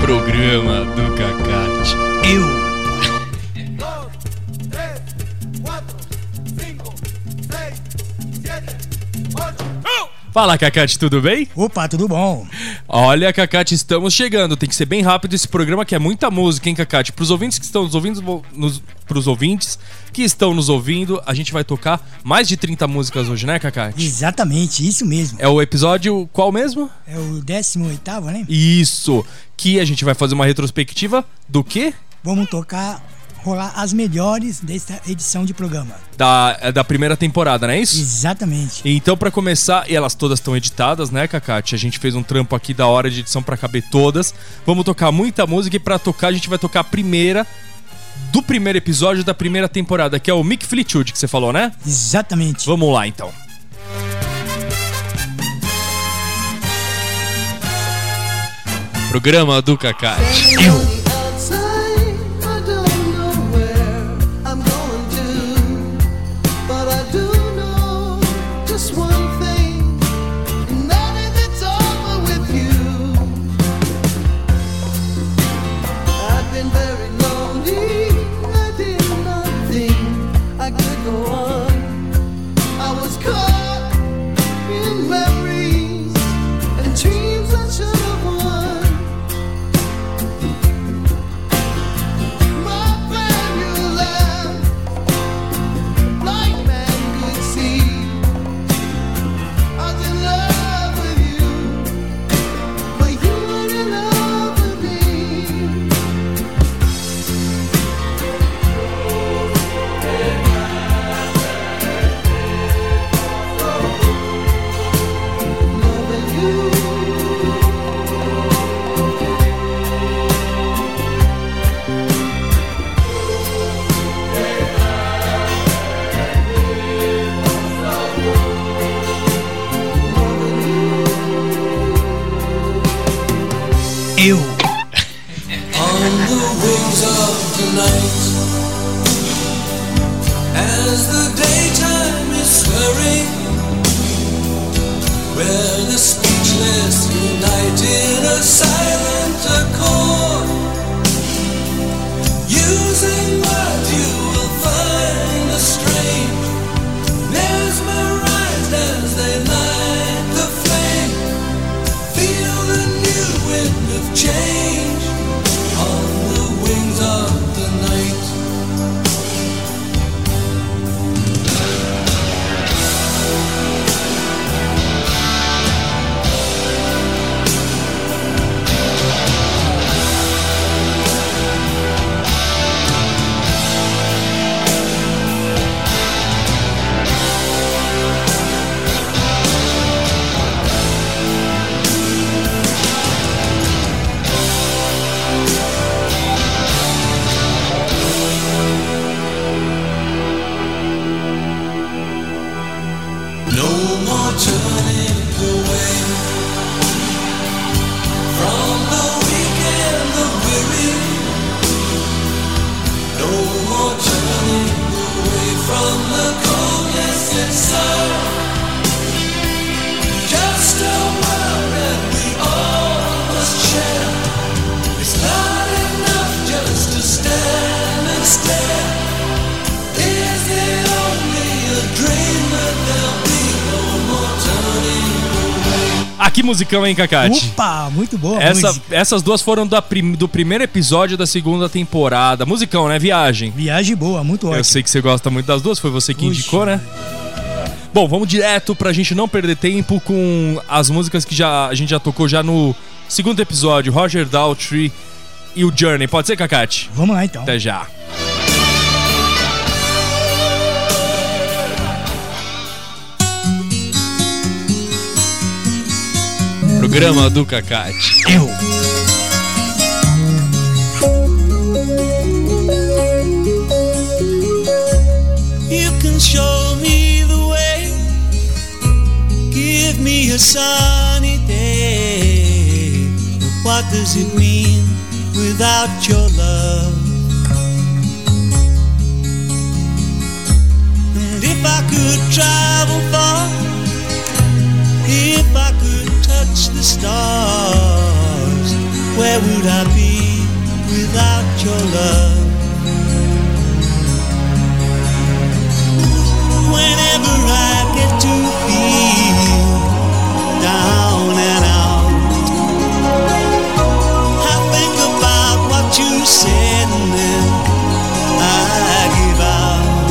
Programa do Cacate. Eu. Fala, Cacate, tudo bem? Opa, tudo bom? Olha, Cacate, estamos chegando. Tem que ser bem rápido esse programa, que é muita música, hein, Cacate? Para os ouvintes que estão nos ouvindo, a gente vai tocar mais de 30 músicas hoje, né, Cacate? Exatamente, isso mesmo. É o episódio qual mesmo? É o 18º, né? Isso, que a gente vai fazer uma retrospectiva do quê? Vamos rolar as melhores desta edição de programa. Da primeira temporada, não é isso? Exatamente. Então, pra começar, e elas todas estão editadas, né, Cacate? A gente fez um trampo aqui da hora de edição pra caber todas. Vamos tocar muita música e pra tocar a gente vai tocar a primeira do primeiro episódio da primeira temporada, que é o Mick Fleetwood, que você falou, né? Exatamente. Vamos lá, então. Programa do Cacate. Eu. Eu. On the wings of the night, as the daytime is swirling, where the speechless unite in a silent accord, using words you will find the strange, mesmerized as they light the flame, feel the new wind of change on the wings of the night. No more turning away from the weak and the weary. No more turning away from the coldness inside. Just a world that we all must share. It's not enough just to stand and stare. Is it only a dream that there'll be? Ah, que musicão, hein, Cacate? Opa, muito boa música. Essas duas foram do primeiro episódio da segunda temporada. Musicão, né? Viagem. Viagem boa, muito ótimo. Eu sei que você gosta muito das duas, foi você que indicou, né? Bom, vamos direto pra gente não perder tempo com as músicas que a gente já tocou já no segundo episódio, Roger Daltrey e o Journey. Pode ser, Cacate? Vamos lá, então. Até já. Programa do Cacate. Eu. You can show me the way, give me a sunny day, but what does it mean without your love? And if I could travel far, if I could touch the stars, where Where would I be without your love? Whenever I get to feel down and out, I think about what you said and then I give out.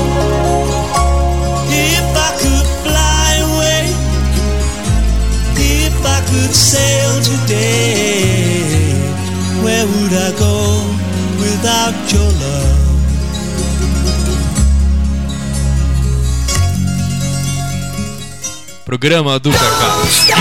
If I could fly away, if I could sail today, where would I go without your love? Programa do Cacá.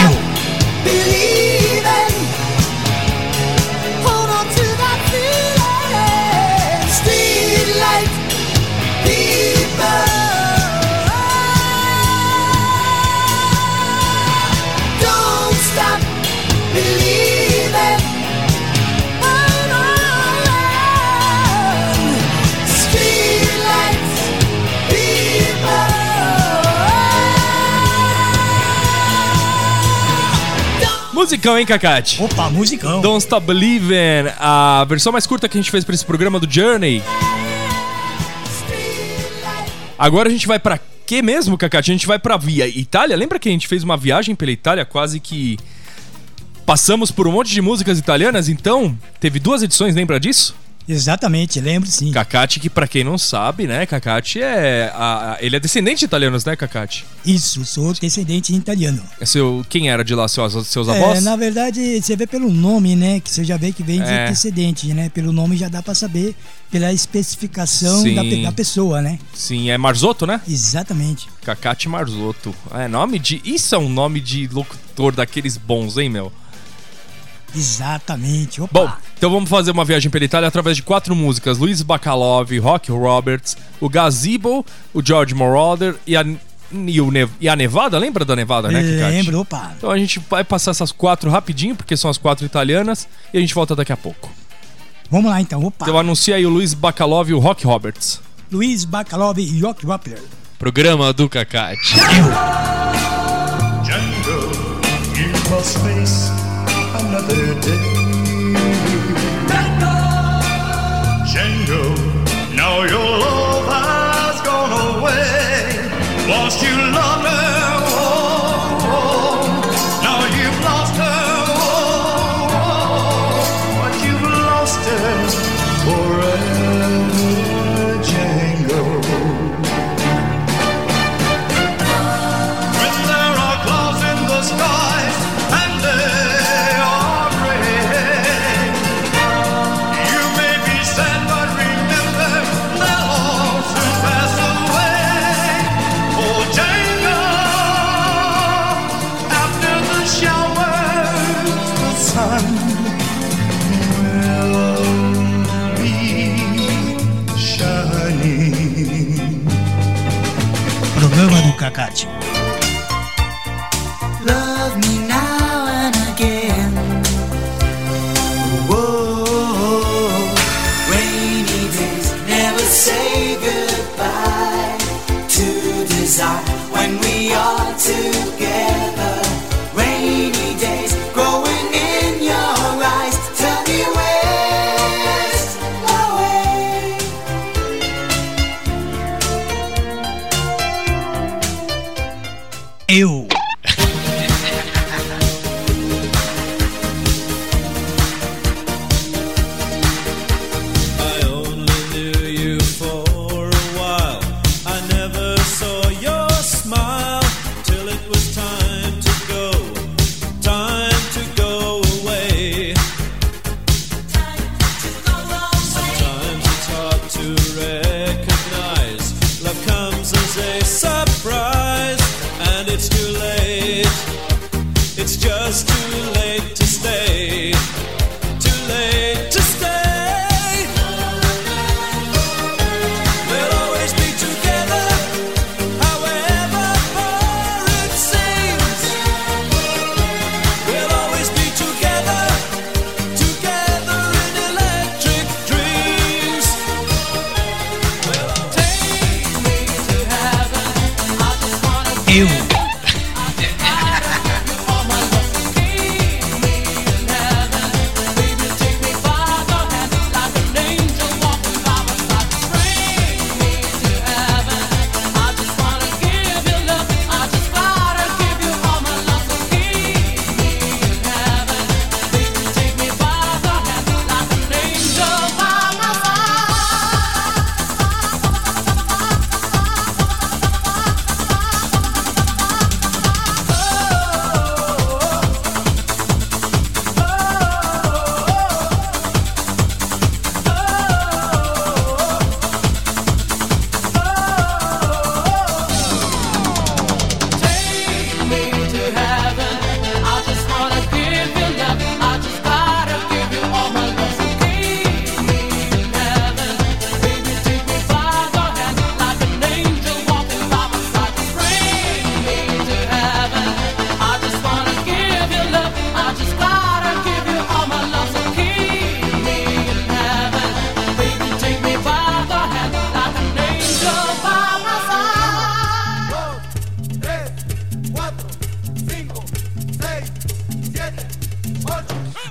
Musicão, hein, Cacate? Opa, musicão. Don't Stop Believin', a versão mais curta que a gente fez pra esse programa do Journey. Agora a gente vai pra quê mesmo, Cacate? A gente vai pra Itália. Lembra que a gente fez uma viagem pela Itália, quase que passamos por um monte de músicas italianas? Então, teve 2 edições, lembra disso? Exatamente, lembro sim. Cacate, que pra quem não sabe, né, Cacate ele é descendente de italianos, né, Cacate? Isso, sou descendente de italiano. Quem era de lá, seus avós? Na verdade, você vê pelo nome, né, que você já vê que vem de descendente, né? Pelo nome já dá pra saber, pela especificação da pessoa, né? Sim, é Marzotto, né? Exatamente. Cacate Marzotto. Isso é um nome de locutor daqueles bons, hein, meu? Exatamente. Opa. Bom, então vamos fazer uma viagem pela Itália através de 4 músicas: Luis Bacalov, Rock Roberts, o Gazebo, o George Moroder e a Nevada. Lembra da Nevada, né, Kikati? Lembro, opa. Então a gente vai passar essas 4 rapidinho, porque são as 4 italianas, e a gente volta daqui a pouco. Vamos lá então, opa. Então anuncia aí o Luis Bacalov e o Rock Roberts. Luis Bacalov e Rock Roberts. Programa do Cacate. Django, you must face another day. Django, now your love has gone away. Lost you love her, oh, oh. Now you've lost her, oh, oh. But you've lost her forever, Django. When there are clouds in the skies and they are gray, you may be sad, but remember they'll all soon pass away. Oh, Django, after the showers, the sun will be shining. Programa do Cacate. Love me now and again. Whoa, rainy days never say goodbye to desire when we are together. Rainy days growing in your eyes. Tell me where's the way?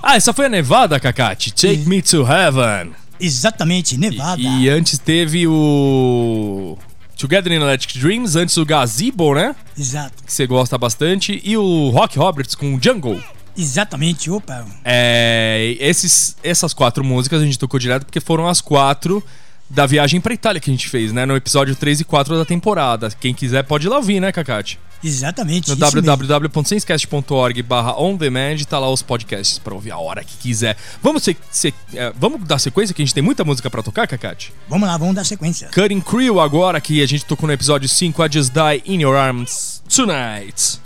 Ah, essa foi a Nevada, Cacate. Take Me to Heaven. Exatamente, Nevada. E antes teve o Together in Electric Dreams, antes o Gazebo, né? Exato. Que você gosta bastante. E o Rock Roberts com Jungle. Exatamente, opa. Essas 4 músicas a gente tocou direto porque foram as 4 da viagem pra Itália que a gente fez, né? No episódio 3 e 4 da temporada. Quem quiser pode ir lá ouvir, né, Cacate? Exatamente. No www.senscast.org/ondemand tá lá os podcasts pra ouvir a hora que quiser. Vamos dar sequência, que a gente tem muita música pra tocar, Cacate? Vamos lá, vamos dar sequência. Cutting Crew agora, que a gente tocou no episódio 5, I Just Die in Your Arms Tonight.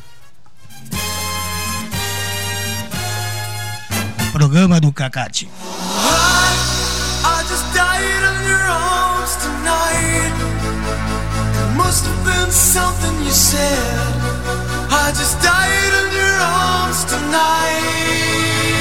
Programa do Cacate. I just died in your arms tonight. It must have been something you said. I just died in your arms tonight.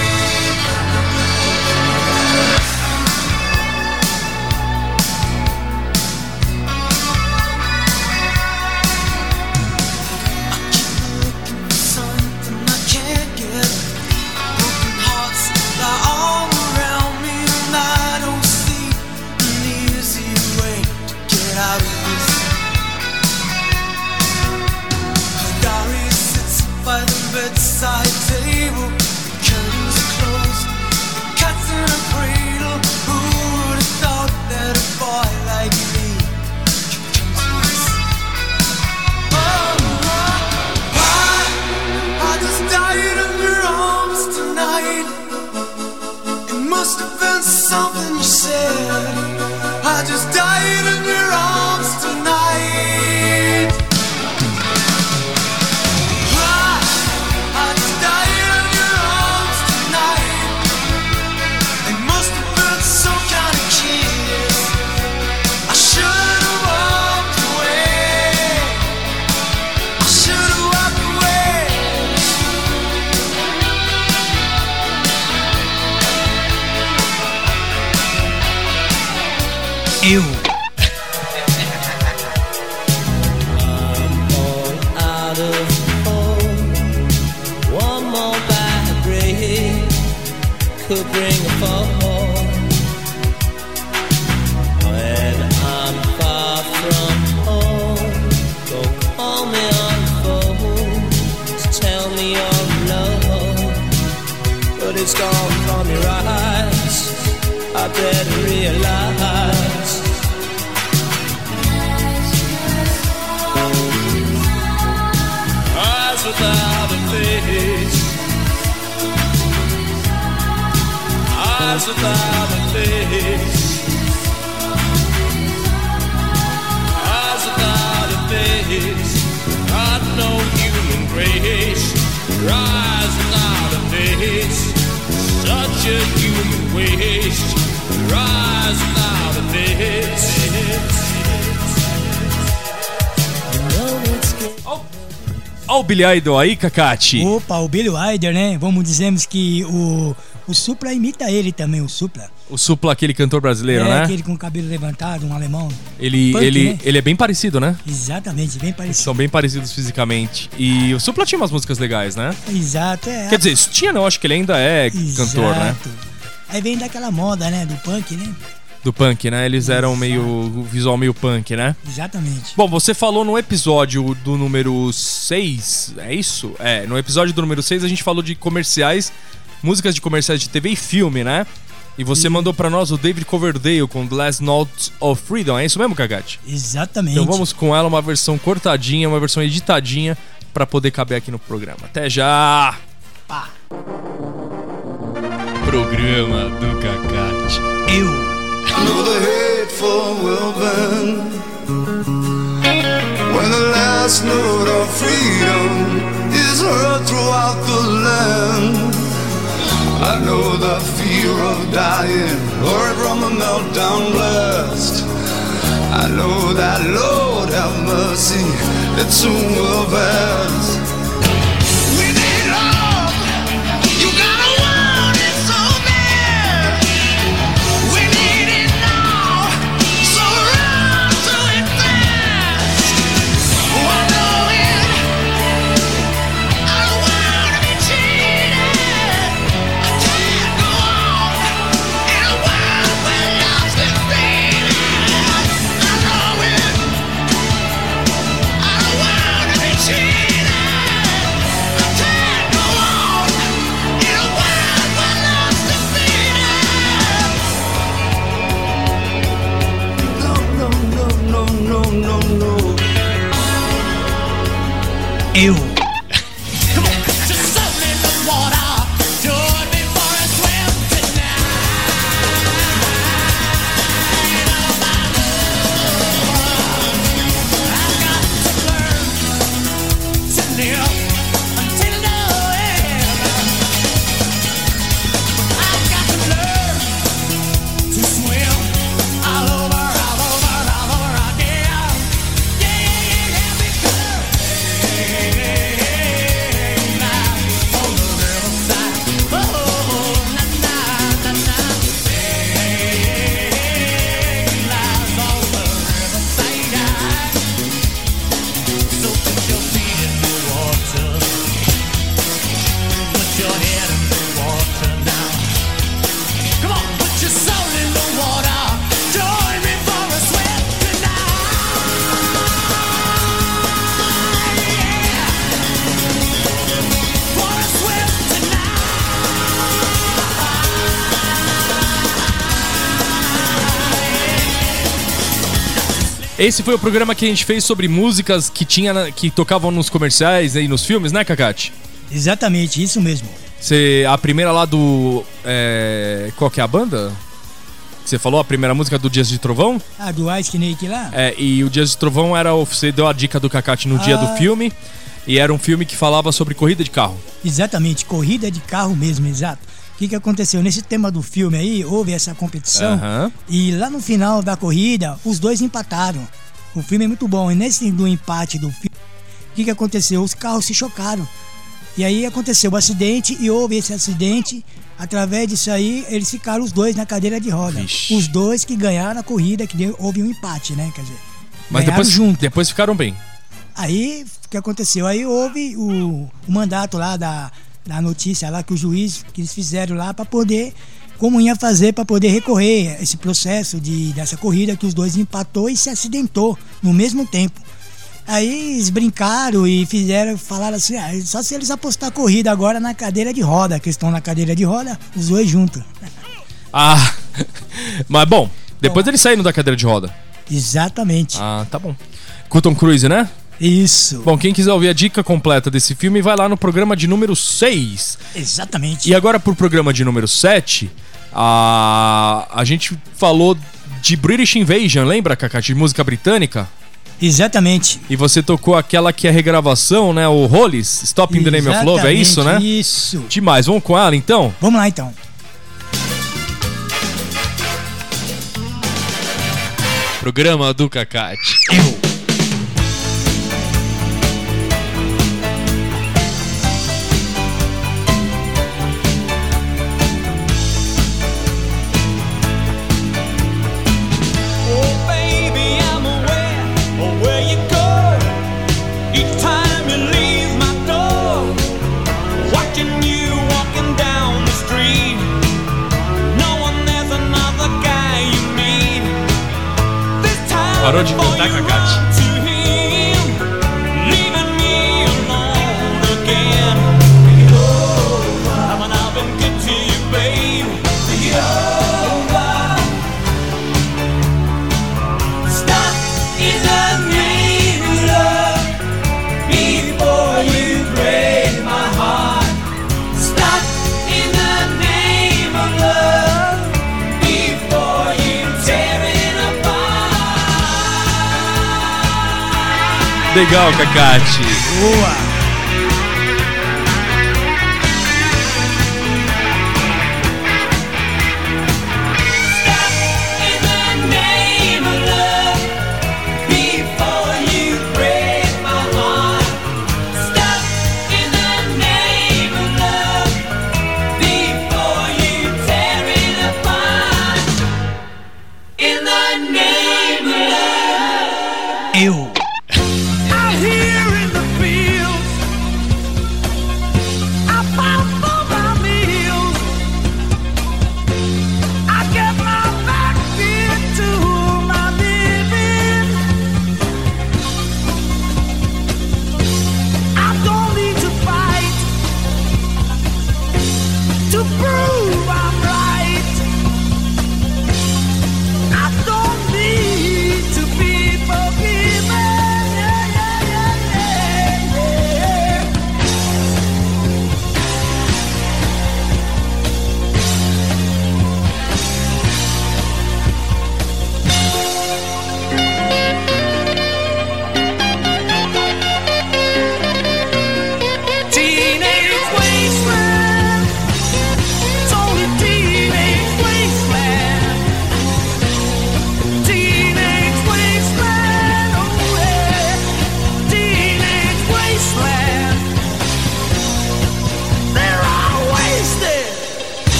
Bedside table, curtains are closed, cats in a cradle. Who would have thought that a boy like me could come to this? I just died in your arms tonight. It must have been something you said. I just died in your arms tonight. Eu. Could bring a fall when I'm far from home. Go call me on the phone to tell me you're alone, but it's gone from your eyes. I better realize. Eyes without a face. Eyes without a face. Eyes without a face. Got no human grace. Eyes without a face. Such a human waste. Eyes without a face. Ó o Billy Idol aí, Cacate. Opa, o Billy Idol, né? Vamos dizermos que o Supla imita ele também, o Supla. O Supla, aquele cantor brasileiro, né? Aquele com o cabelo levantado, um alemão. Ele é bem parecido, né? Exatamente, bem parecido. São bem parecidos fisicamente. E o Supla tinha umas músicas legais, né? Exato, é. Quer dizer, isso tinha não, acho que ele ainda é cantor, né? Aí vem daquela moda, né? Do punk, né? Do punk, né? Eles eram meio visual meio punk, né? Exatamente. Bom, você falou no episódio do número 6, é isso? No episódio do número 6 a gente falou de comerciais, músicas de comerciais de TV e filme, né? E você mandou pra nós o David Coverdale com The Last Notes of Freedom, é isso mesmo, Cagate? Exatamente. Então vamos com ela, uma versão cortadinha, uma versão editadinha pra poder caber aqui no programa. Até já! Pá. Programa do Cacate. Eu. I know the hateful will burn when the last note of freedom is heard throughout the land. I know the fear of dying, heard from the meltdown blast. I know that, Lord have mercy, it soon will pass. We need love, you gotta want it so bad. We need it now, so run to it fast. Oh, I know it, I don't wanna be cheated. I Eu. Esse foi o programa que a gente fez sobre músicas que tocavam nos comerciais e nos filmes, né, Cacate? Exatamente, isso mesmo. A primeira lá do... qual que é a banda? Você falou a primeira música do Dias de Trovão? Ah, do Ice Snake lá? E o Dias de Trovão era... Você deu a dica do Cacate no dia do filme. E era um filme que falava sobre corrida de carro. Exatamente, corrida de carro mesmo, exato. O que aconteceu? Nesse tema do filme aí, houve essa competição. E lá no final da corrida, os dois empataram. O filme é muito bom. E nesse do empate do filme, o que aconteceu? Os carros se chocaram. E aí aconteceu o acidente e houve esse acidente. Através disso aí, eles ficaram os dois na cadeira de roda. Ixi. Os dois que ganharam a corrida, que houve um empate, né? Quer dizer, mas depois ficaram bem. Aí, o que aconteceu? Aí houve o mandato lá da notícia lá que o juiz, que eles fizeram lá para poder, como ia fazer para poder recorrer esse processo dessa corrida que os dois empatou e se acidentou no mesmo tempo. Aí eles brincaram e falaram assim, só se eles apostar a corrida agora na cadeira de roda, que estão na cadeira de roda, os dois juntos. Mas bom, depois eles saíram da cadeira de roda. Exatamente. Tá bom. Com o Tom Cruise, né? Isso. Bom, quem quiser ouvir a dica completa desse filme, vai lá no programa de número 6. Exatamente. E agora pro programa de número 7, a gente falou de British Invasion, lembra, Cacá? De música britânica? Exatamente. E você tocou aquela que é a regravação, né? O Hollis, Stop in the Name of Love, é isso, né? Isso. Demais, vamos com ela então? Vamos lá então. Programa do Cacate. Parou de cantar, Cacate? Legal, Cacate. Boa. Eu.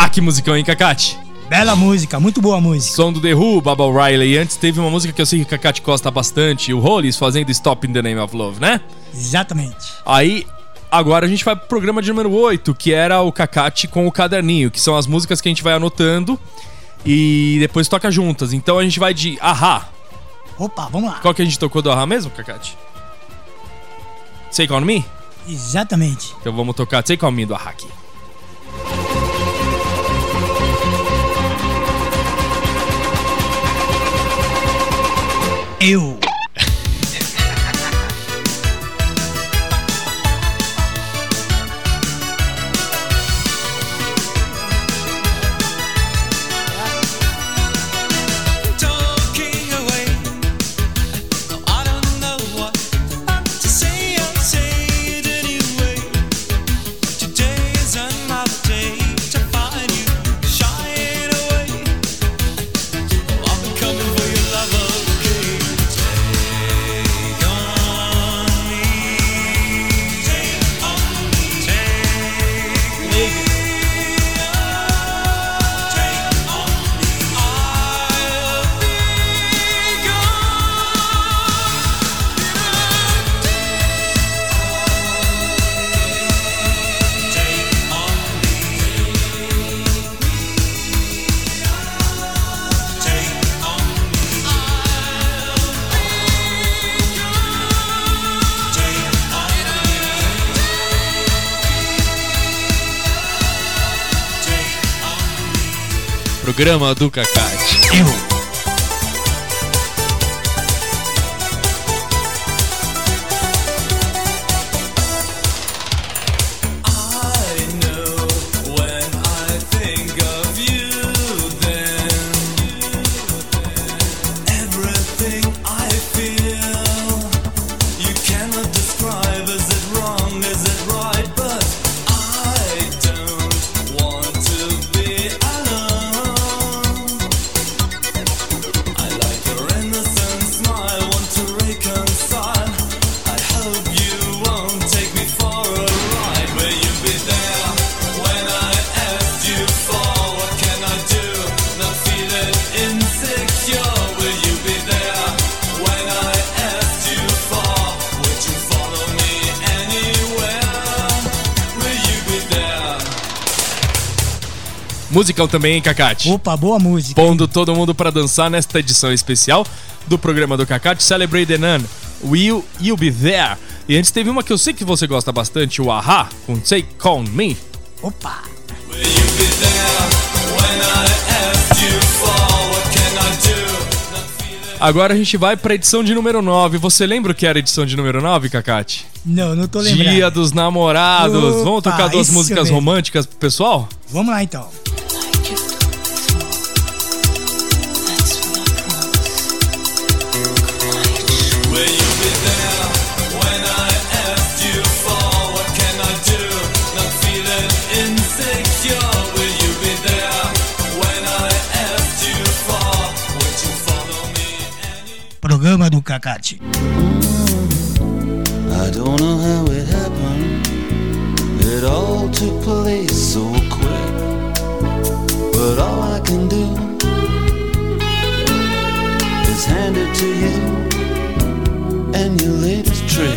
que musicão, hein, Cacate? Bela música, muito boa música. Som do The Who, Baba O'Reilly. E antes teve uma música que eu sei que o Cacate gosta bastante, o Hollies fazendo Stop in the Name of Love, né? Exatamente. Aí, agora a gente vai pro programa de número 8, que era o Cacate com o caderninho, que são as músicas que a gente vai anotando e depois toca juntas. Então a gente vai de Ahá. Opa, vamos lá. Qual que a gente tocou do Ahá mesmo, Cacate? Take On Me? Exatamente. Então vamos tocar Take On Me do Ahá aqui. Eu. Talking away, I don't know what to say. I'll say it anyway. Today is another day to find you shying away. I'm coming for your love again. Take on me, take on me, take me. Programa do Cacate. Eu. I know when I think of you, then everything I feel you cannot describe. Is it wrong? Is it right? But I don't want to be alone. I like your innocent smile, want to reconcile. I hope you won't take me for a ride. Will you be there when I ask you for what can I do? Not feeling insecure. Will you be there when I ask you for? Would you follow me anywhere? Will you be there? Musicão também, hein, Cacate? Opa, boa música. Pondo todo mundo pra dançar nesta edição especial do programa do Cacate, Celebrate the Nun, Will You Be There? E antes teve uma que eu sei que você gosta bastante, o Ahá, com Take On Me. Opa. Will you be there when I ask you for what can I do? Not feeling Agora a gente vai pra edição de número 9. Você lembra o que era a edição de número 9, Cacate? Não tô lembrando. Dia dos Namorados. Opa, Vamos tocar duas isso músicas mesmo. românticas pro pessoal? Vamos lá então. Will you be there when I ask you for what can I do? Not feeling insecure. Will you be there when I ask you for? Would you follow me? Programa do Cacate. I don't know how it happened. It all took place so quick. But all I can do is hand it to you and your latest trick.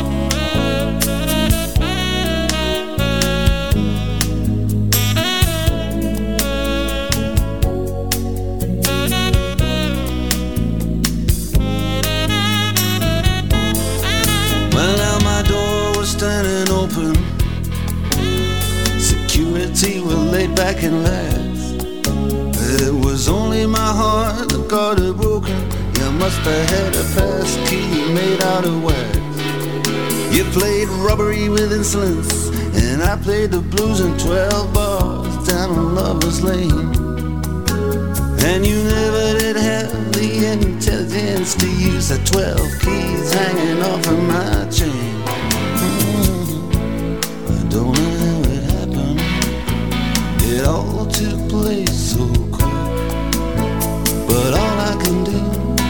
Well, now my door was standing open. Security were laid back and laughed. It was only my heart that got it broken. You must have had a pass key made out of wax. You played robbery with insolence, and I played the blues in 12 bars down on Lover's Lane. And you never did have the intelligence to use the 12 keys hanging off of my chain. I don't know how it happened. It all took place so quick. But all I can do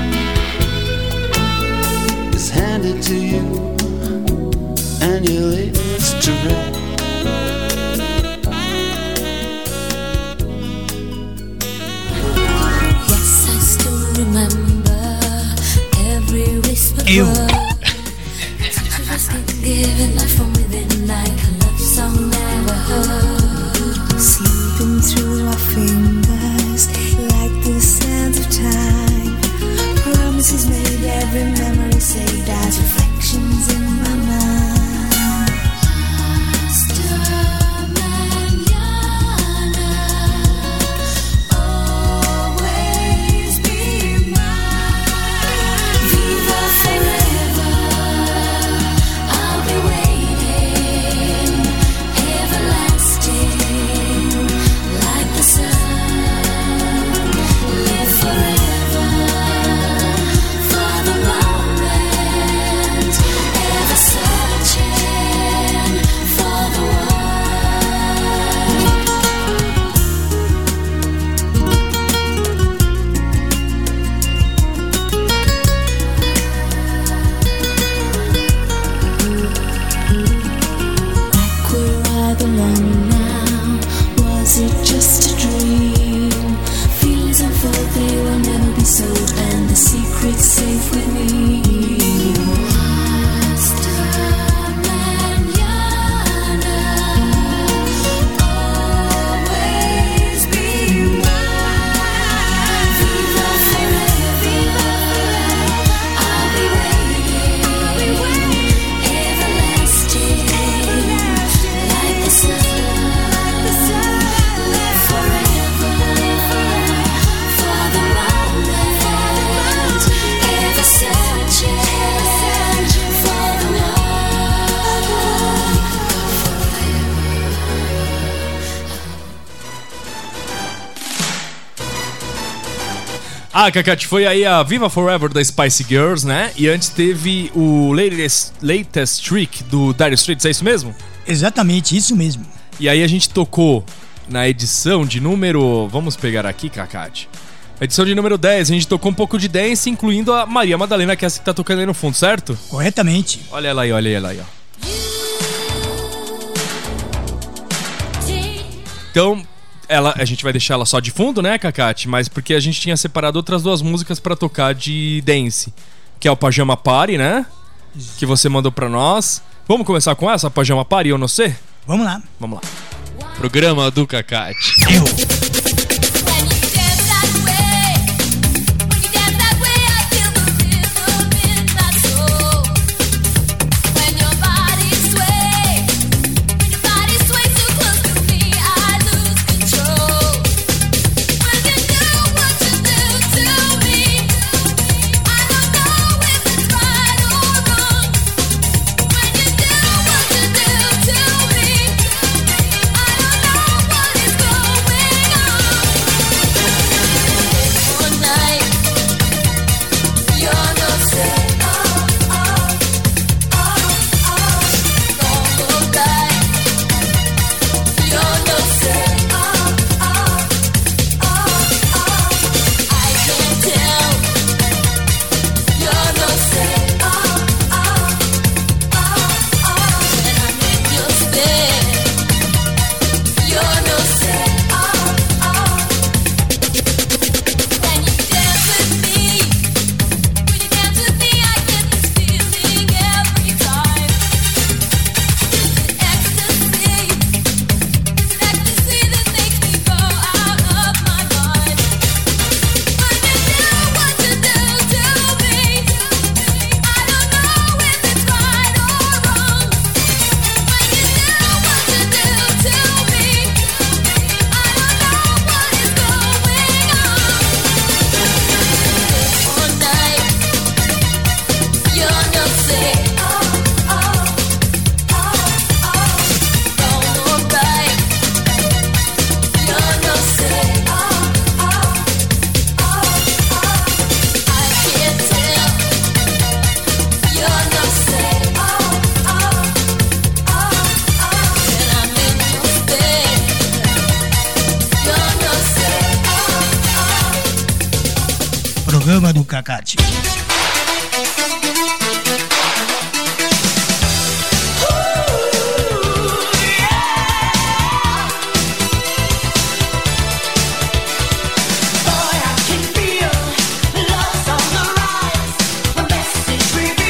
is hand it to you and your latest trick. Eu. Giving life from within like a love song never heard. Sleeping through our fingers like the sands of time. Promises made, every memory saved as reflections in my mind. Hasta mañana, always be mine. Viva forever. I'll be waiting, everlasting, like the sun. Live forever, for the moment, ever searching for the one. Where I belong now? Was it just a dream? Feelings unfold, they will never be sold, and the secret's safe with me. Hasta mañana, always be mine. Viva forever, I'll be waiting, everlasting, like the sun. Live forever, for the moment, ever searching for the one. Ah, Cacate, foi aí a Viva Forever da Spice Girls, né? E antes teve o Latest Trick do Dire Straits, é isso mesmo? Exatamente, isso mesmo. E aí a gente tocou na edição de número... Vamos pegar aqui, Cacate. Edição de número 10, a gente tocou um pouco de dance, incluindo a Maria Madalena, que é essa que tá tocando aí no fundo, certo? Corretamente. Olha ela aí, olha ela aí, ó. Então, a gente vai deixar ela só de fundo, né, Cacate? Mas porque a gente tinha separado outras duas músicas pra tocar de dance, que é o Pajama Party, né? Que você mandou pra nós. Vamos começar com essa, Pajama Party, eu não sei? Vamos lá. Vamos lá. Programa do Cacate. Eu. When you dance that way, when you dance that way, I feel the rhythm in my soul. When your body sways so close to me, I lose control. When you do what you do to me, I don't know if it's right or wrong. When you do what you do to me, I don't know what is going on. One night, you're no say, don't look back. You're no say, I can't tell. You're no say, and I'm in your stead. You're no say, when you dance with me, I get this feeling every time. It's an ecstasy that makes me go out of my mind. When you do what you do to me, I don't know if it's right or wrong. When you do what you do to me, I don't know what is going on. One night, you're no say, don't look back. You're no say, I can't tell. You're no say, and I'm in your stead. You're no say, Programa do Cacate. Boy, I can feel love's on the rise. The message revealed.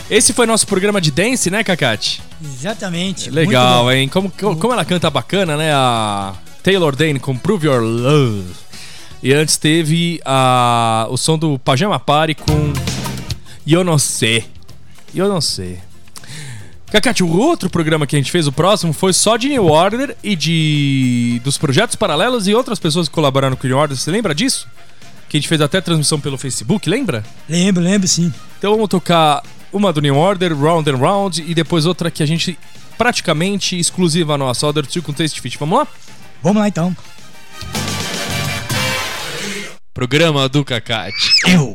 Esse foi nosso programa de dance, né, Cacate? Exatamente. Legal, muito bom. hein? Como ela canta bacana, né? A Taylor Dayne com Prove Your Love. E antes teve o som do Pajama Party com Eu Não Sei. Cacate, o outro programa que a gente fez, o próximo, foi só de New Order e dos projetos paralelos e outras pessoas que colaboraram com o New Order. Você lembra disso? Que a gente fez até transmissão pelo Facebook, lembra? Lembro sim. Então vamos tocar uma do New Order, Round and Round, e depois outra que a gente praticamente exclusiva nossa, Other Two com Taste Fit. Vamos lá? Vamos lá então. Programa do Cacate.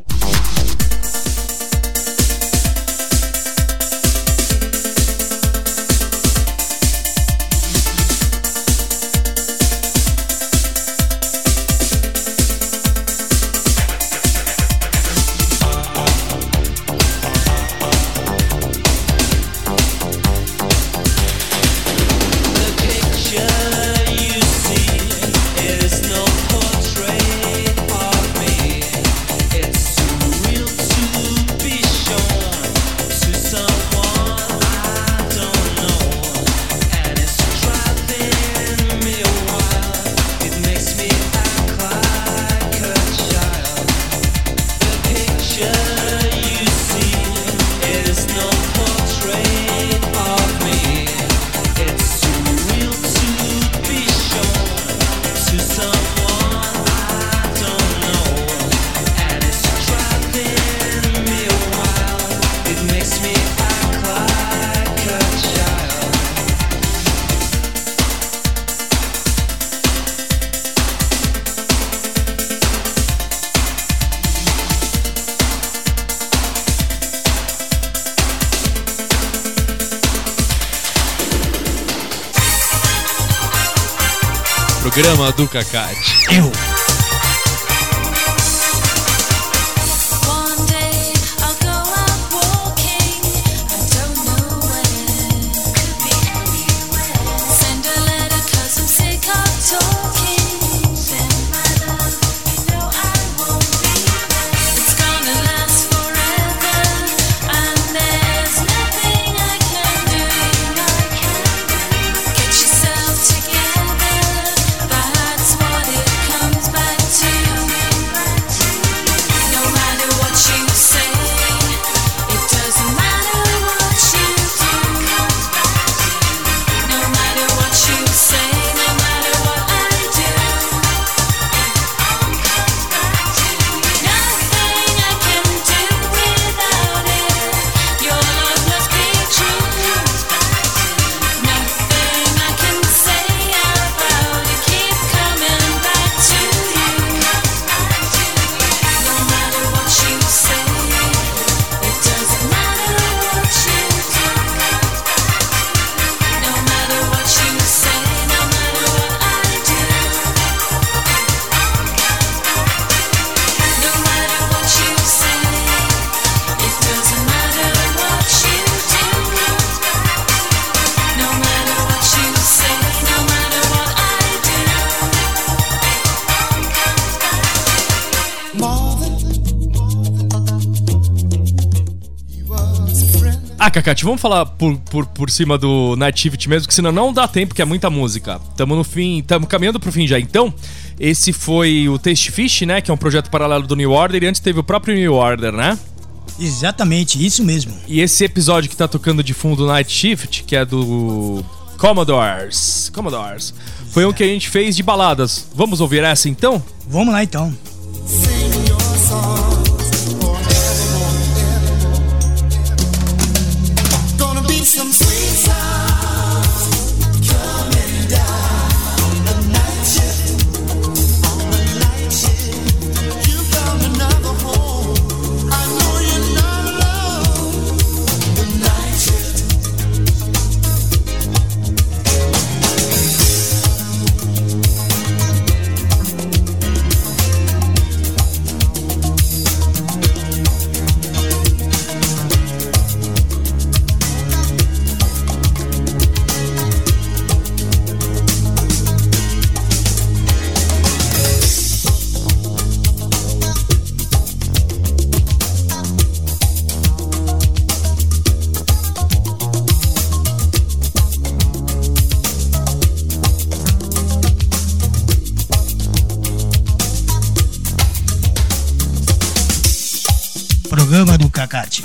Programa do Cacate. One day I'll go out walking. I don't know where. Could be anywhere. Send a letter 'cause I'm sick of talking. Send my love, you know I won't be there. It's gonna last forever, and there's nothing I can do. Get yourself together. That's what it comes back to. No matter what you say, it doesn't matter what you do. No matter what you say, no matter what I do, nothing I can do without it. Your love must be true. Nothing I can say about it. Keep coming back to you. No matter what you say, it doesn't matter what you do. No matter what you say, no matter what I do. No matter what you say, it doesn't matter what you do. No matter what you say, no matter what I do. Cacate, vamos falar por cima do Night Shift mesmo, que senão não dá tempo, que é muita música. Tamo no fim, tamo caminhando pro fim já. Então, esse foi o Taste Fish, né, que é um projeto paralelo do New Order, e antes teve o próprio New Order, né? Exatamente, isso mesmo. E esse episódio que tá tocando de fundo Night Shift, que é do Commodores, foi um que a gente fez de baladas. Vamos ouvir essa então? Vamos lá então. Sing your songs forevermore. Gonna be some sweet sounds coming down on the night shift. On the night shift, you found another home. I know you're not alone. The night shift. Cacate.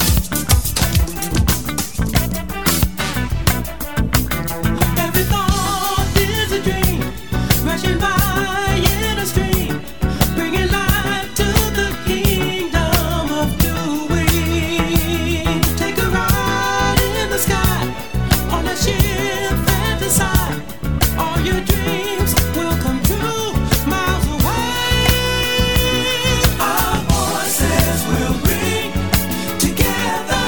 Every thought is a dream, rushing by in a stream, bringing life to the kingdom of doing. Take a ride in the sky, on a ship fantasize. All your dreams will come true, miles away. Our voices will bring together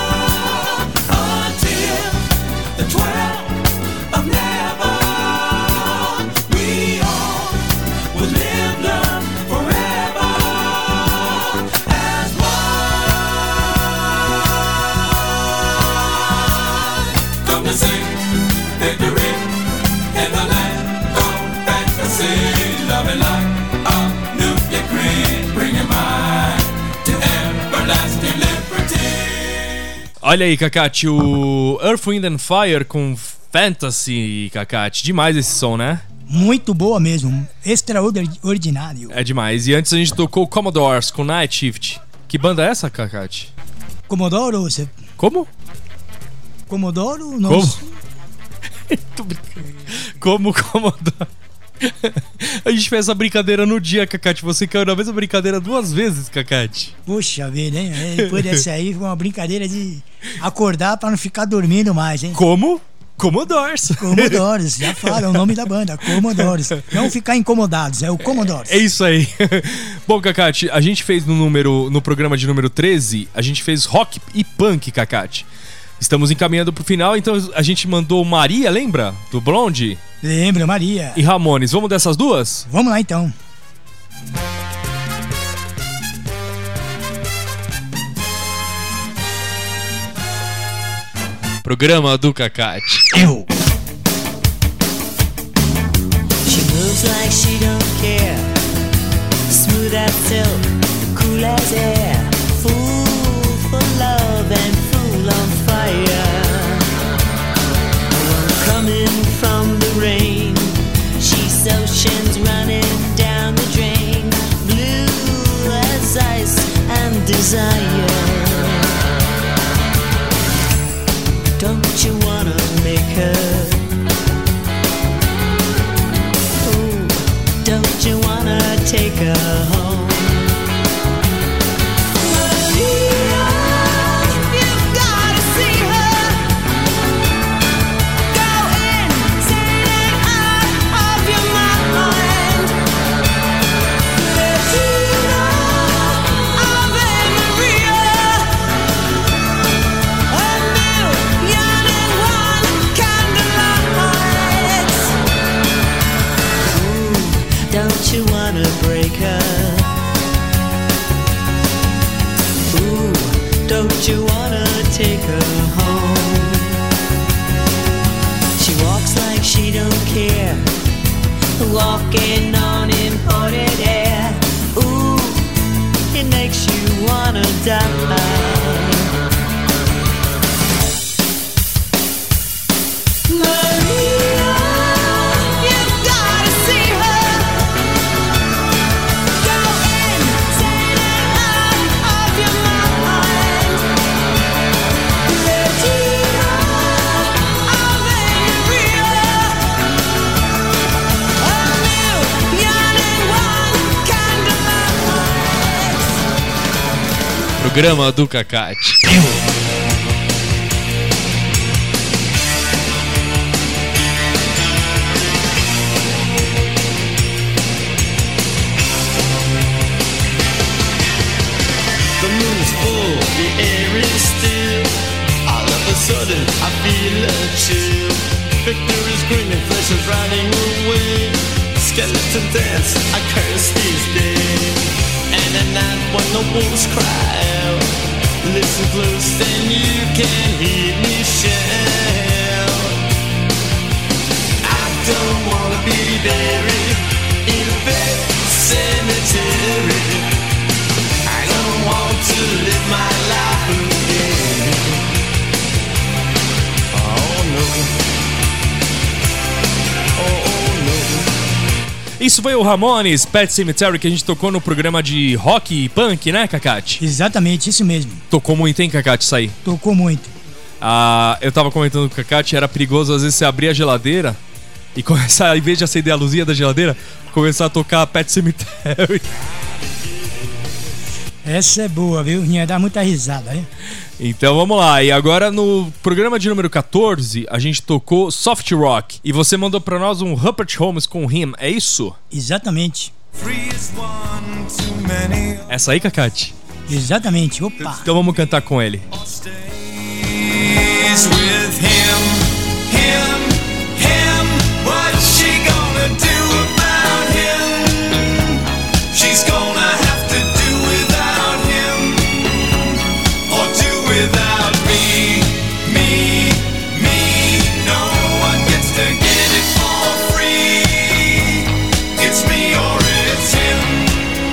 until the 12 of never. We all will live, love forever as one. Come to sing victory in the land of fantasy, loving like a new decree, bringing mind to everlasting liberty. Olha aí, Cacate, o Earth, Wind and Fire com Fantasy, Cacate. Demais esse som, né? Muito boa mesmo. Extraordinário. É demais. E antes a gente tocou Commodores com Night Shift. Que banda é essa, Cacate? Comodoro, você... Como? Comodoro? Não. Como? Tô brincando. Como Commodore? A gente fez essa brincadeira no dia, Cacate. Você caiu na mesma brincadeira 2 vezes, Cacate. Puxa vida, hein? Depois dessa aí foi uma brincadeira de acordar pra não ficar dormindo mais, hein? Como? Commodores. Commodores, já fala, é o nome da banda, Commodores. Não ficar incomodados, é o Commodores. É isso aí. Bom, Cacate, a gente fez no programa de número 13, a gente fez rock e punk, Cacate. Estamos encaminhando pro final, então a gente mandou Maria, lembra? Do Blonde? Lembra, Maria. E Ramones. Vamos dessas duas? Vamos lá então. Programa do Cacate. Eu. She moves like she don't care. Smooth as silk, cool as air. Fool for love and fool on fire. Coming from the rain, she's oceans running down the drain. Blue as ice and desire. Don't you wanna make her? Ooh, don't you wanna take her home? Maria, you've gotta see her. Go insane and out of your mind. Latina Ave Maria. A million and one candlelights. Ooh, don't you wanna break her? Ooh, don't you wanna take her home? She walks like she don't care, walking on imported air. Ooh, it makes you wanna die. Maria, you've gotta see her. Go insane and out of your mind. Latina Ave Maria. A million and one candlelights. Programa do Cacate. The moon is full, the air is still. All of a sudden, I feel a chill. Victor is grinning, flesh is riding away. Skeleton dance, I curse these days. And at night when the wolves cry out, listen close, then you can hear me shout. I don't wanna be buried in a bed cemetery. I don't want to live my life again. Oh no. Oh no. Isso foi o Ramones, Pet Sematary, que a gente tocou no programa de rock e punk, né, Cacate? Exatamente, isso mesmo. Tocou muito, hein, Cacate, isso aí? Tocou muito. Eu tava comentando com o Cacate, era perigoso às vezes você abrir a geladeira e começar, em vez de acender a luzinha da geladeira, começar a tocar Pet Sematary. Essa é boa, viu? Ia dar muita risada, né? Então vamos lá, e agora no programa de número 14 a gente tocou Soft Rock e você mandou pra nós um Rupert Holmes com Him, é isso? Exatamente. Essa aí, Cacate? Exatamente, opa! Então vamos cantar com ele. Stays with him, what's she gonna do about him? She's gonna have to do without him, or do without me. No one gets to get it for free. It's me or it's him.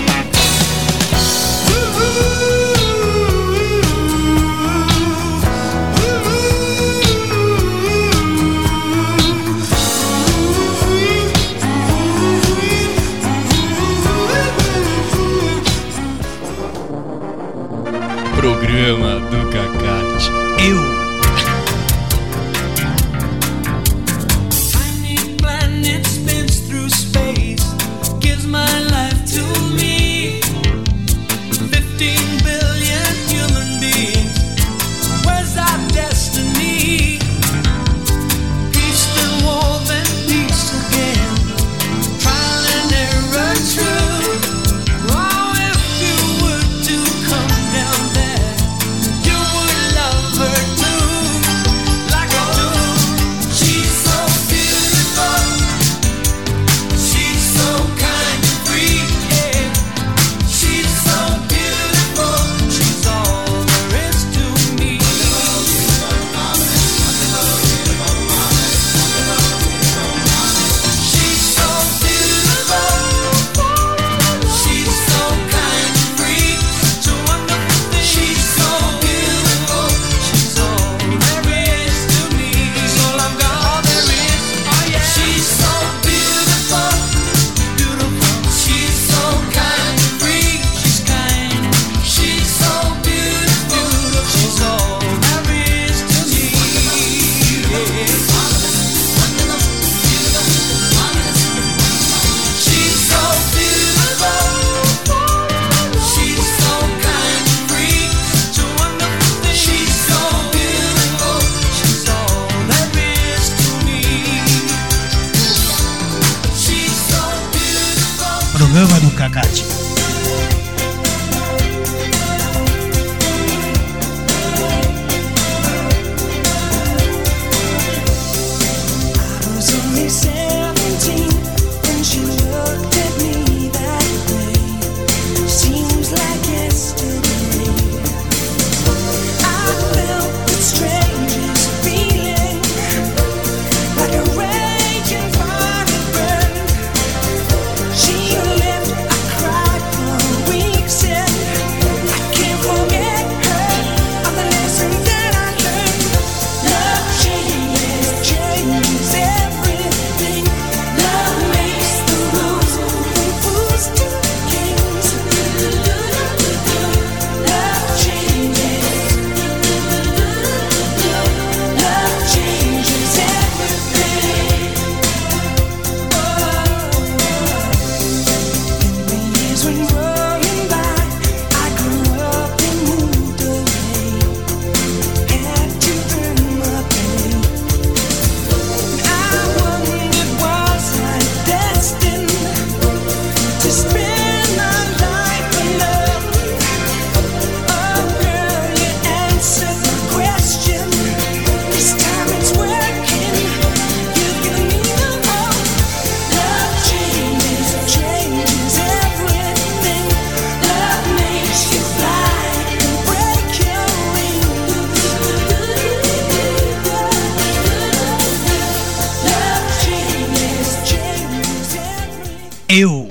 Programa do Cacate. Tiny planet spins through space, gives my life to me. 15 billion human beings, where's our destiny? Peace then war, then peace again. Trial and error true. Oh, if you were to come down there, you would love her too, like I do. She's so beautiful, she's so kind and free, yeah. She's so beautiful, she's all there is to me. She's so beautiful, she's so kind and free, so wonderful thing. She's so beautiful, she's all there is to me. She's all I've got, all there is, oh yeah. She's so beautiful, she's so kind and free, she's kind. She's so beautiful, she's all there is to me. She's so beautiful, she's so kind and free, so wonderful thing. She's so beautiful, she's all there is to me. She's so beautiful. Programa do Cacate. I was only 17 when she looked at me that way. Seems like yesterday. I felt the strangest feeling, like a raging fire burn. She left, I cried for weeks and I can't forget her, all the lessons that I learned. Love changes everything. Love makes the rules from fools to kings. Love changes. Love changes everything. In the years when rolling by, I grew up and moved away. Had to earn my pay. I wondered, was I destined to spend my life alone? Oh girl, you answered my question. This time it's working. You've given me the hope. Love changes everything. Love makes you fly and break your wings. Love changes everything. Eu.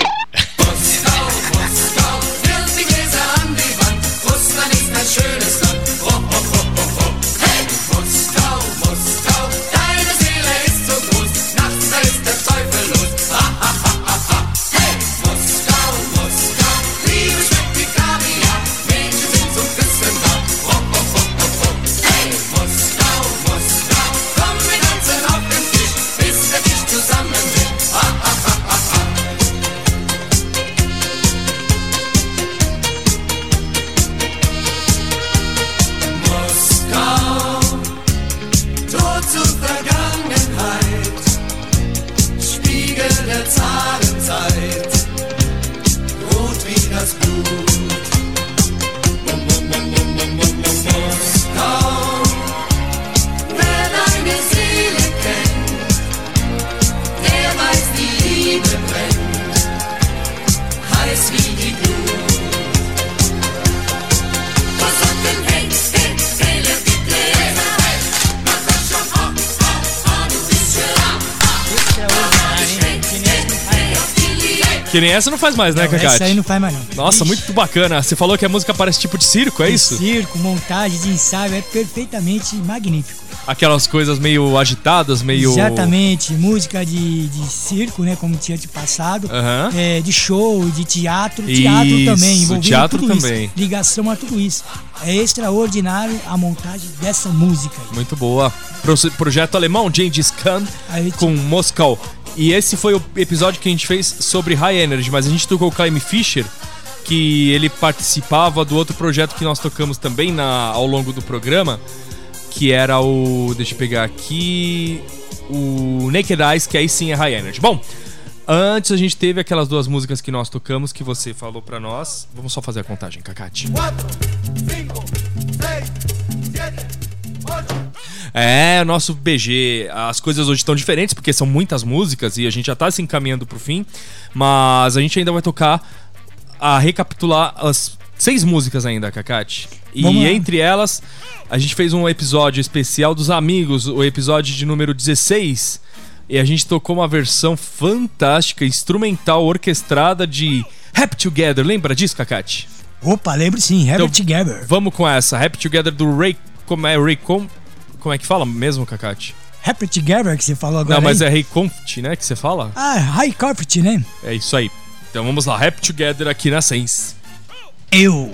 Que nem essa não faz mais, né, Não, Cacate? essa aí não faz mais não. Nossa, Ixi, muito bacana. Você falou que a música parece tipo de circo, é isso? Circo, montagem de ensaio, é perfeitamente magnífico. Aquelas coisas meio agitadas, meio... Exatamente, música de circo, né, como tinha te passado, Aham. de show, de teatro, Isso, teatro também, envolvendo teatro tudo também. isso, ligação a tudo isso. É extraordinário a montagem dessa música. Muito boa. Projeto alemão, Gengis Khan, Aí, com Moscow. E esse foi o episódio que a gente fez sobre High Energy, mas a gente tocou o Climb Fisher, que ele participava do outro projeto que nós tocamos também ao longo do programa, que era o... deixa eu pegar aqui... o Naked Eyes, que aí sim é High Energy. Bom, antes a gente teve aquelas duas músicas que nós tocamos, que você falou pra nós. Vamos só fazer a contagem, Cacate. 4, 5, 6, 7, 8. É, o nosso BG, as coisas hoje estão diferentes, porque são muitas músicas e a gente já tá se encaminhando pro fim, mas a gente ainda vai tocar, recapitular as 6 músicas ainda, Cacate. E Vamos lá. entre elas, a gente fez um episódio especial dos amigos, o episódio de número 16, e a gente tocou uma versão fantástica, instrumental, orquestrada de Happy Together. Lembra disso, Cacate? Opa, lembro sim, Happy Together. Vamos com essa, Happy Together do Ray... Como é que fala mesmo, Cacate? Happy Together que você falou agora. Não, mas aí? é Ray Comfort, né, que você fala? Ah, High Comfort, né? É isso aí. Então vamos lá, Happy Together aqui na Sense. Eu.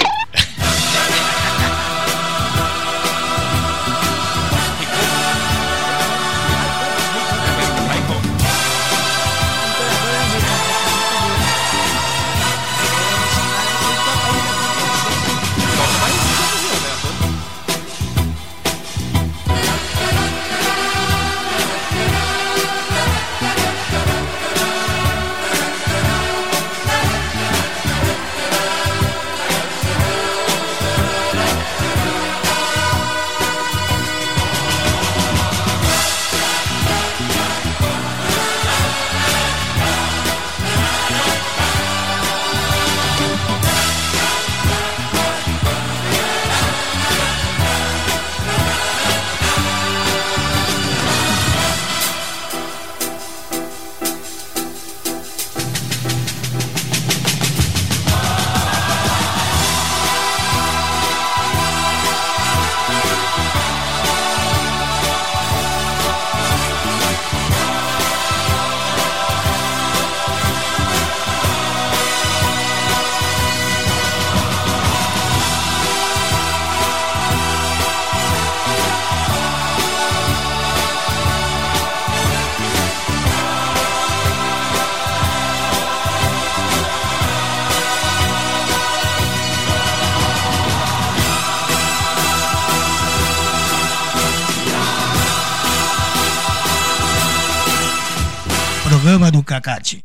Programa do Cacate.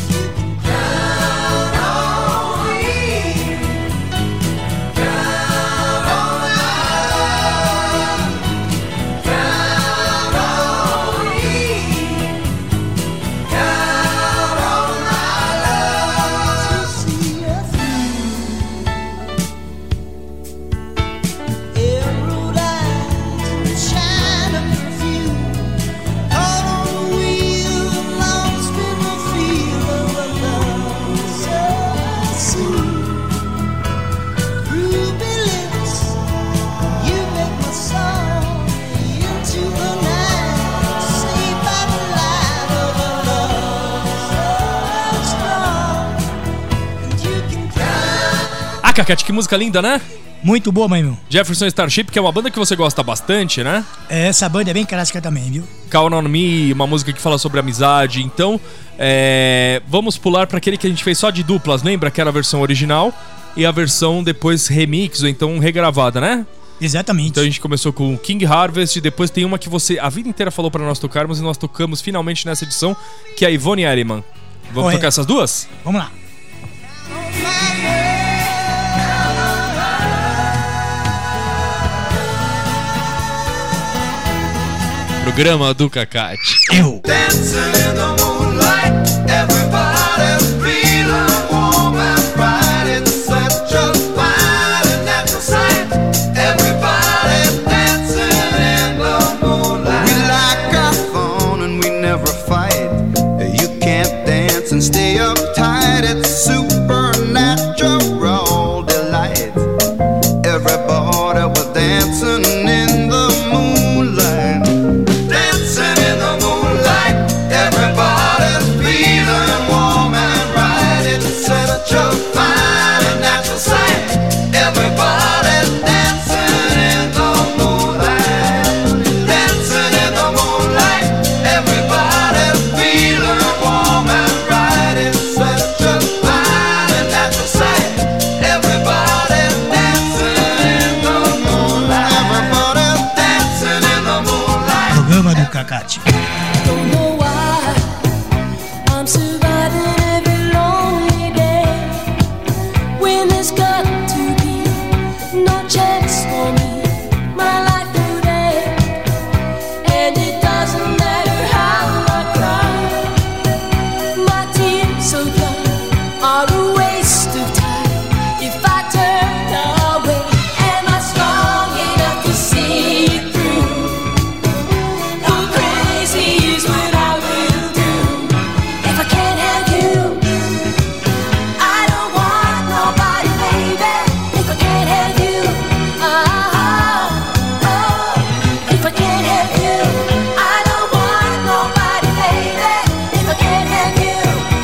Cacate, que música linda, né? Muito boa, mãe, meu. Jefferson Starship, que é uma banda que você gosta bastante, né? Essa banda é bem clássica também, viu? Count on Me, uma música que fala sobre amizade. Então, vamos pular para aquele que a gente fez só de duplas, lembra? Que era a versão original e a versão depois remix, ou então regravada, né? Exatamente. Então a gente começou com King Harvest, depois tem uma que você a vida inteira falou para nós tocarmos e nós tocamos finalmente nessa edição, que é a Yvonne Elliman. Vamos tocar essas duas? Vamos lá. Programa do Cacate. Eu. Dancing in the moonlight, everybody feeling warm and bright. It's such a fine and natural sight. Everybody dancing in the moonlight. We like our fun and we never fight. You can't dance dance and stay uptight. It's supernatural delight. Everybody was dancing in the moonlight. Dancing in the moonlight. Everybody's feeling warm and right. It's such a fine and natural sight. Everybody's dancing in the moonlight. Dancing in the moonlight. Everybody's feeling warm and right. It's such a fine and natural sight. Everybody's dancing in the moonlight. Everybody's dancing in the moonlight. Programa do Cacate. Don't know why I'm surviving every lonely day when there's got to be no chance for me, my life today. And it doesn't matter how I cry, my tears so dry are a waste of time if I turn away. Am I strong enough to see it through? Go crazy is what I will do if I can't have you. I don't want nobody, baby, if I can't have you. If I can't have you, I don't want nobody, baby, if I can't have you.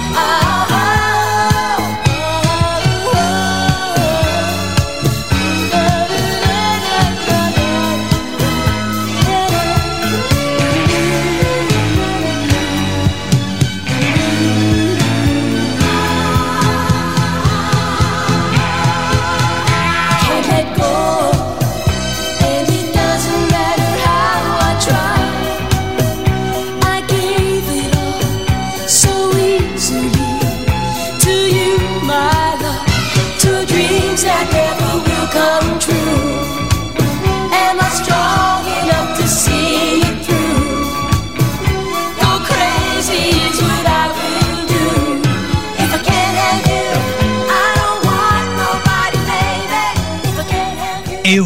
Can't let go, and it doesn't matter how I try. I gave it all so easily to you, my love, to dreams that never will come true. Am I strong enough to see it through? Go crazy is what I will do if I can't have you. I don't want nobody, baby, if I can't have you. Eu.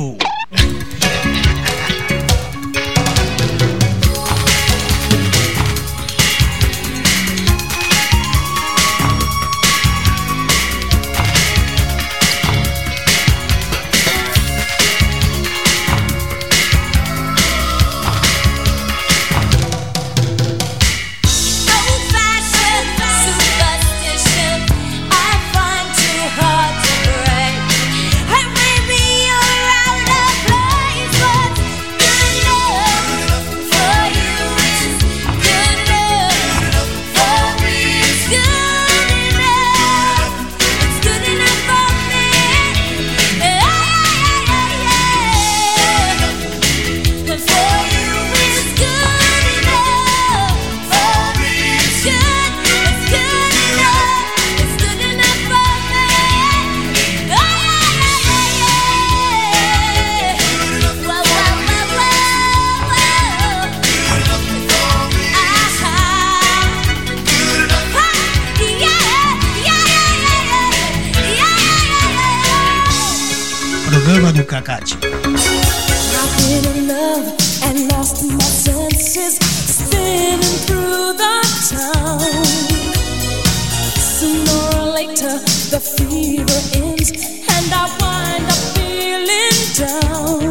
Old-fashioned superstition I find too hard to break. And maybe you're out of place, but good enough for you is good enough for me. It's good enough. It's good enough for me. And for you is good enough for me. It's good enough. It's good enough for me. Programa do Cacate. I've been in love and lost my senses, spinning through the town. Sooner or later, the fever ends, and I wind up feeling down.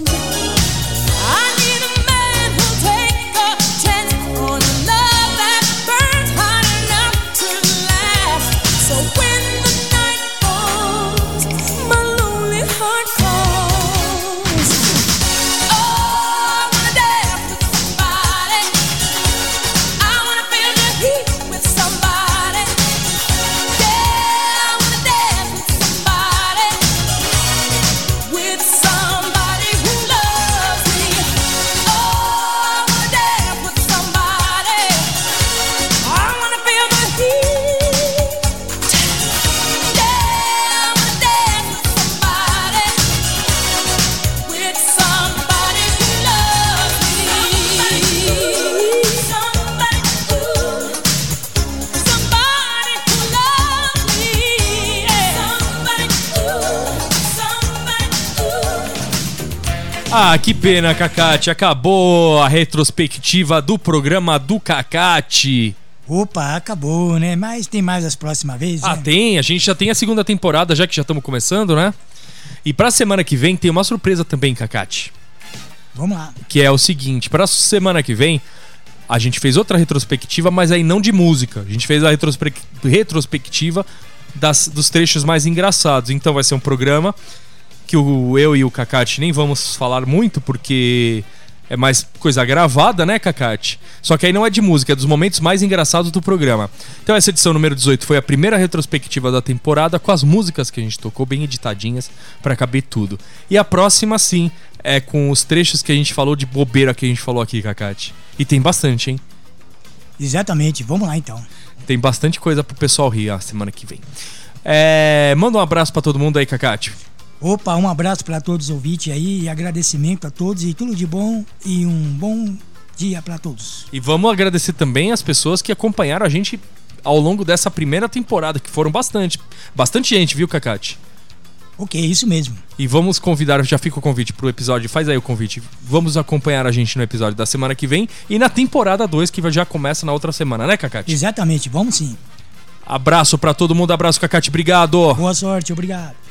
I need a man who'll take a chance on a love that burns hot enough to last. So when the night falls, my lonely heart calls. Oh, I wanna dance with somebody. I wanna feel the heat with somebody. Yeah, I wanna dance with somebody. With somebody who loves me. Oh, I wanna dance with somebody. I wanna feel the heat. Yeah, I wanna dance with somebody. With somebody who loves me. Somebody who loves me. Ah, que pena, Cacate. Acabou a retrospectiva do programa do Cacate. Opa, acabou, né? Mas tem mais as próximas vezes, Ah, né? tem. A gente já tem a segunda temporada, já que já estamos começando, né? E pra semana que vem tem uma surpresa também, Cacate. Vamos lá. Que é o seguinte, pra semana que vem, a gente fez outra retrospectiva, mas aí não de música. A gente fez a retrospectiva dos trechos mais engraçados. Então vai ser um programa que eu e o Cacate nem vamos falar muito, porque é mais coisa gravada, né, Cacate? Só que aí não é de música, é dos momentos mais engraçados do programa. Então essa edição número 18 foi a primeira retrospectiva da temporada, com as músicas que a gente tocou bem editadinhas pra caber tudo. E a próxima, sim, é com os trechos que a gente falou de bobeira que a gente falou aqui, Cacate. E tem bastante, hein? Exatamente, vamos lá então. Tem bastante coisa pro pessoal rir a semana que vem. Manda um abraço pra todo mundo aí, Cacate. Opa, um abraço para todos os ouvintes aí, e agradecimento a todos e tudo de bom e um bom dia para todos. E vamos agradecer também as pessoas que acompanharam a gente ao longo dessa primeira temporada, que foram bastante gente, viu, Cacate? Ok, isso mesmo. E vamos convidar, já fica o convite pro episódio, faz aí o convite. Vamos acompanhar a gente no episódio da semana que vem e na temporada 2, que já começa na outra semana, né, Cacate? Exatamente, vamos sim. Abraço pra todo mundo, abraço, Cacate, obrigado! Boa sorte, obrigado.